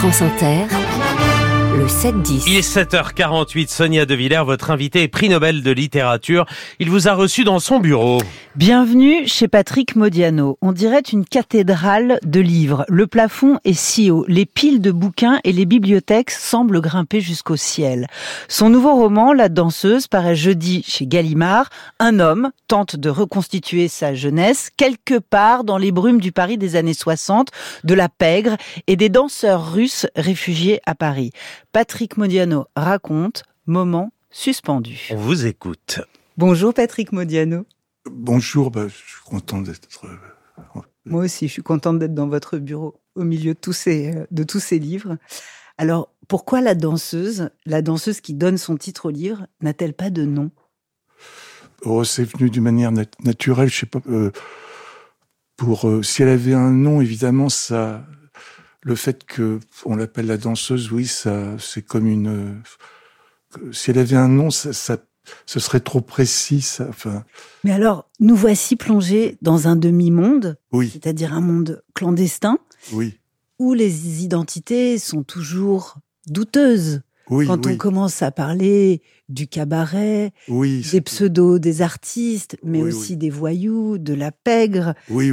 France Inter, le 7-10. Il est 7h48, Sonia De Villers, votre invité est prix Nobel de littérature. Il vous a reçu dans son bureau. Bienvenue chez Patrick Modiano. On dirait une cathédrale de livres. Le plafond est si haut, les piles de bouquins et les bibliothèques semblent grimper jusqu'au ciel. Son nouveau roman, La danseuse, paraît jeudi chez Gallimard. Un homme tente de reconstituer sa jeunesse quelque part dans les brumes du Paris des années 60, de la pègre et des danseurs russes réfugiés à Paris. Patrick Modiano raconte, moment suspendu. On vous écoute. Bonjour Patrick Modiano. Bonjour, je suis content d'être... Moi aussi, je suis contente d'être dans votre bureau, au milieu de tous ces livres. Alors, pourquoi la danseuse qui donne son titre au livre, n'a-t-elle pas de nom ? C'est venu d'une manière naturelle, je sais pas. Si elle avait un nom, évidemment, ça... Le fait qu'on l'appelle la danseuse, oui, ça, c'est comme une... Si elle avait un nom, ce serait trop précis, ça. Enfin... Mais alors, nous voici plongés dans un demi-monde, oui. C'est-à-dire un monde clandestin, oui. Où les identités sont toujours douteuses. Oui, Quand on commence à parler du cabaret, des pseudos des artistes, mais aussi des voyous, de la pègre.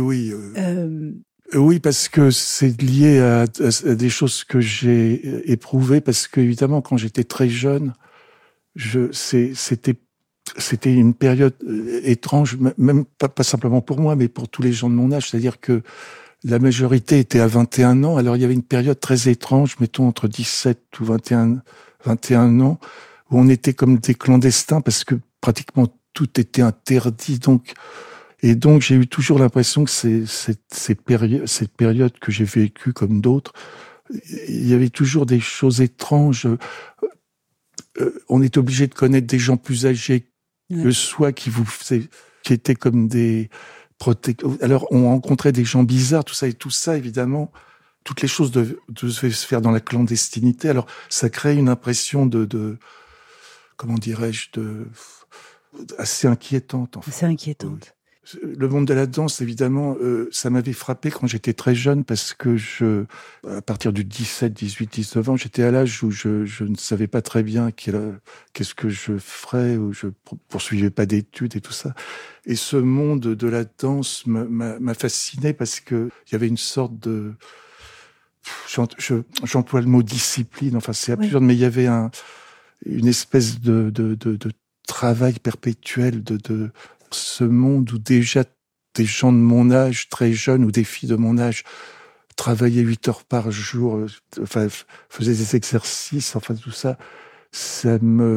Oui, parce que c'est lié à des choses que j'ai éprouvées, parce que évidemment, quand j'étais très jeune, c'était une période étrange, même pas simplement pour moi, mais pour tous les gens de mon âge. C'est-à-dire que la majorité était à 21 ans. Alors, il y avait une période très étrange, mettons entre 17 ou 21 ans, où on était comme des clandestins parce que pratiquement tout était interdit. Donc, j'ai eu toujours l'impression que cette période que j'ai vécue comme d'autres, il y avait toujours des choses étranges. On est obligé de connaître des gens plus âgés que soi qui étaient comme des protecteurs. Alors, on rencontrait des gens bizarres, tout ça, évidemment, toutes les choses devaient se faire dans la clandestinité. Alors, ça crée une impression de comment dirais-je, assez inquiétante. En fait. C'est inquiétante. Oui. Le monde de la danse, évidemment, ça m'avait frappé quand j'étais très jeune parce que à partir du 17, 18, 19 ans, j'étais à l'âge où je ne savais pas très bien qu'est-ce que je ferais, ou je poursuivais pas d'études et tout ça. Et ce monde de la danse m'a fasciné parce que il y avait une sorte de... J'emploie le mot discipline, enfin c'est absurde, mais il y avait une espèce de travail perpétuel de ce monde où déjà des gens de mon âge, très jeunes, ou des filles de mon âge, travaillaient 8 heures par jour, faisaient des exercices, tout ça, ça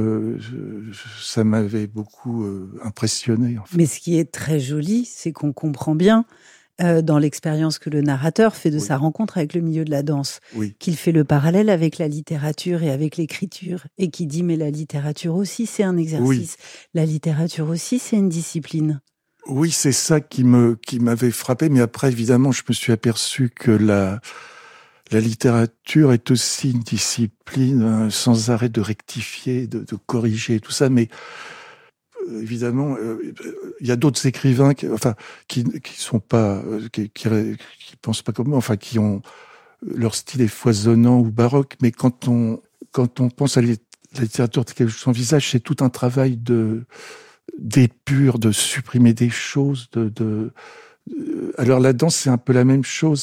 m'avait beaucoup impressionné. En fait. Mais ce qui est très joli, c'est qu'on comprend bien, dans l'expérience que le narrateur fait de sa rencontre avec le milieu de la danse, qu'il fait le parallèle avec la littérature et avec l'écriture, et qui dit mais la littérature aussi c'est un exercice, la littérature aussi c'est une discipline. Oui, c'est ça qui m'avait frappé, mais après évidemment je me suis aperçu que la littérature est aussi une discipline sans arrêt de rectifier, de corriger, tout ça, mais évidemment, il y a d'autres écrivains qui sont pas, qui pensent pas comme moi, qui ont leur style est foisonnant ou baroque, mais quand on pense à la littérature telle que son visage, c'est tout un travail d'épure, de supprimer des choses, alors la danse c'est un peu la même chose,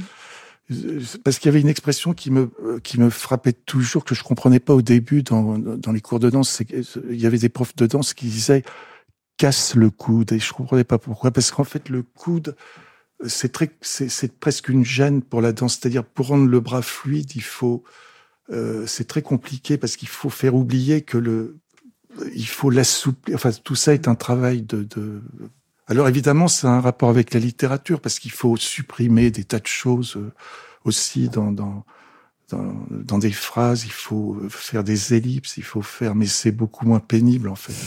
parce qu'il y avait une expression qui me frappait toujours, que je comprenais pas au début dans les cours de danse. Il y avait des profs de danse qui disaient « casse le coude ». Et je comprenais pas pourquoi. Parce qu'en fait, le coude, c'est presque une gêne pour la danse. C'est-à-dire, pour rendre le bras fluide, c'est très compliqué parce qu'il faut faire oublier il faut l'assouplir. Tout ça est un travail Alors évidemment, c'est un rapport avec la littérature parce qu'il faut supprimer des tas de choses aussi dans des phrases. Il faut faire des ellipses, mais c'est beaucoup moins pénible en fait.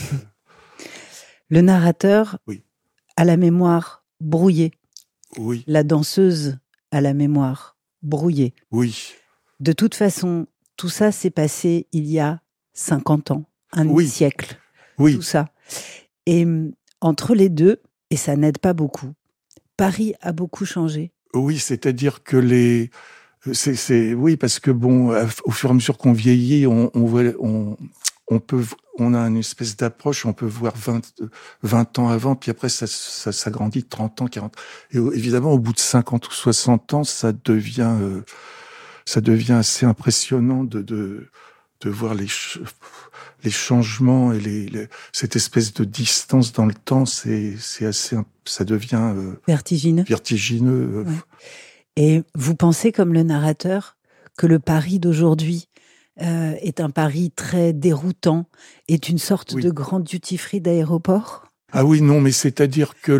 Le narrateur a la mémoire brouillée. Oui. La danseuse a la mémoire brouillée. Oui. De toute façon, tout ça s'est passé il y a 50 ans, un demi-siècle. Oui. Tout ça. Et entre les deux, et ça n'aide pas beaucoup, Paris a beaucoup changé. Oui, c'est-à-dire que Oui, parce que bon, au fur et à mesure qu'on vieillit, on a une espèce d'approche, on peut voir 20 ans avant, puis après ça grandit 30 ans, 40. Et évidemment, au bout de 50 ou 60 ans, ça devient assez impressionnant de voir les changements et cette espèce de distance dans le temps, ça devient vertigineux. Ouais. Et vous pensez, comme le narrateur, que le Paris d'aujourd'hui est un Paris très déroutant, est une sorte de grand duty-free d'aéroport ? Ah oui, non, mais c'est-à-dire que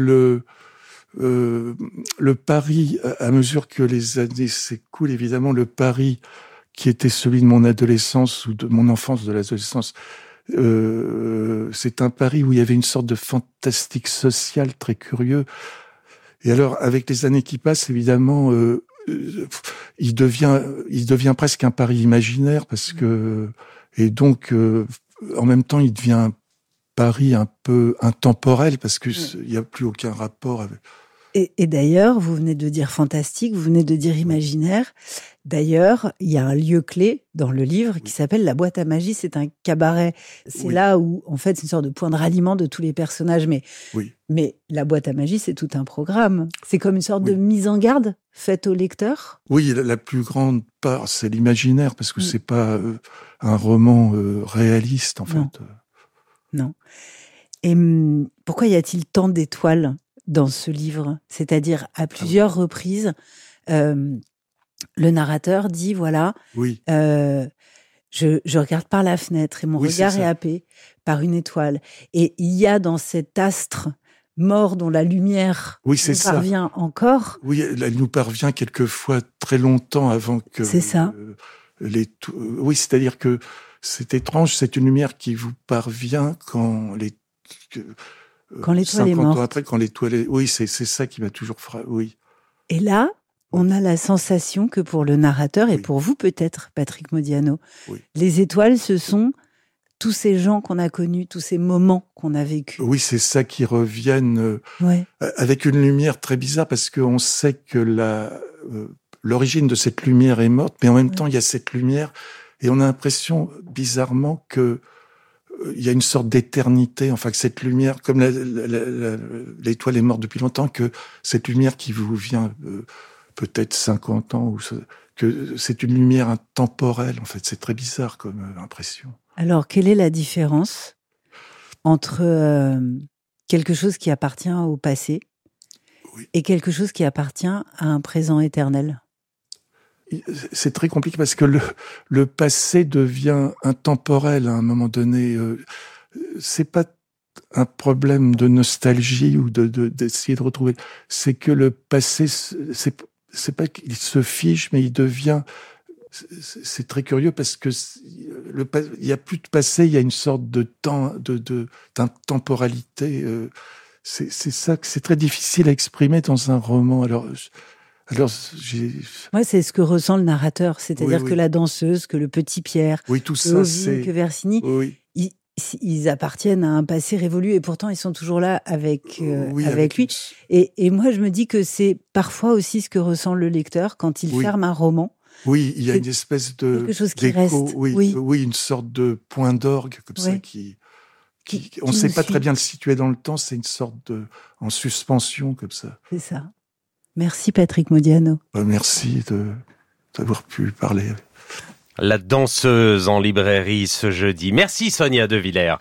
le Paris, à mesure que les années s'écoulent, évidemment, le Paris qui était celui de mon adolescence ou de mon enfance, de l'adolescence, c'est un Paris où il y avait une sorte de fantastique social très curieux. Et alors, avec les années qui passent, évidemment, il devient presque un Paris imaginaire et donc, en même temps, il devient un Paris un peu intemporel parce que il n'y a plus aucun rapport avec. Et d'ailleurs, vous venez de dire fantastique, vous venez de dire imaginaire. D'ailleurs, il y a un lieu clé dans le livre qui s'appelle la boîte à magie. C'est un cabaret. C'est là où, en fait, c'est une sorte de point de ralliement de tous les personnages. Mais la boîte à magie, c'est tout un programme. C'est comme une sorte de mise en garde faite au lecteur. Oui, la plus grande part, c'est l'imaginaire parce que c'est pas un roman réaliste, en fait. Non. Et pourquoi y a-t-il tant d'étoiles dans ce livre? C'est-à-dire, à plusieurs reprises, le narrateur dit, voilà, je regarde par la fenêtre et mon regard est happé par une étoile. Et il y a dans cet astre mort dont la lumière nous parvient encore. Oui, elle nous parvient quelquefois très longtemps avant que... C'est ça. Oui, c'est-à-dire que c'est étrange, c'est une lumière qui vous parvient quand l'étoile est morte. 50 ans après, quand l'étoile est... Oui, c'est ça qui m'a toujours frappé, oui. Et là, on a la sensation que pour le narrateur, et pour vous peut-être, Patrick Modiano, les étoiles, ce sont tous ces gens qu'on a connus, tous ces moments qu'on a vécus. Oui, c'est ça qui reviennent avec une lumière très bizarre, parce qu'on sait que l'origine de cette lumière est morte, mais en même temps, il y a cette lumière, et on a l'impression, bizarrement, que il y a une sorte d'éternité, enfin que cette lumière, comme l'étoile est morte depuis longtemps, que cette lumière qui vous vient peut-être 50 ans, que c'est une lumière intemporelle, en fait. C'est très bizarre comme impression. Alors, quelle est la différence entre quelque chose qui appartient au passé et quelque chose qui appartient à un présent éternel ? C'est très compliqué parce que le passé devient intemporel à un moment donné. C'est pas un problème de nostalgie ou d'essayer de retrouver. C'est que le passé, c'est pas qu'il se fige, mais il devient. C'est très curieux parce que il y a plus de passé, il y a une sorte de temps, d'intemporalité. C'est ça que c'est très difficile à exprimer dans un roman. Alors, moi, c'est ce que ressent le narrateur, c'est-à-dire que la danseuse, que le petit Pierre, tout que ça, Ovine, que Versini, ils appartiennent à un passé révolu et pourtant ils sont toujours là avec lui. Et moi, je me dis que c'est parfois aussi ce que ressent le lecteur quand il ferme un roman. Oui, il y a une espèce de quelque chose qui reste. Oui, une sorte de point d'orgue comme ça qui on ne sait pas très bien le situer dans le temps. C'est une sorte en suspension comme ça. C'est ça. Merci Patrick Modiano. Merci d'avoir pu parler. La danseuse en librairie ce jeudi. Merci Sonia De Villers.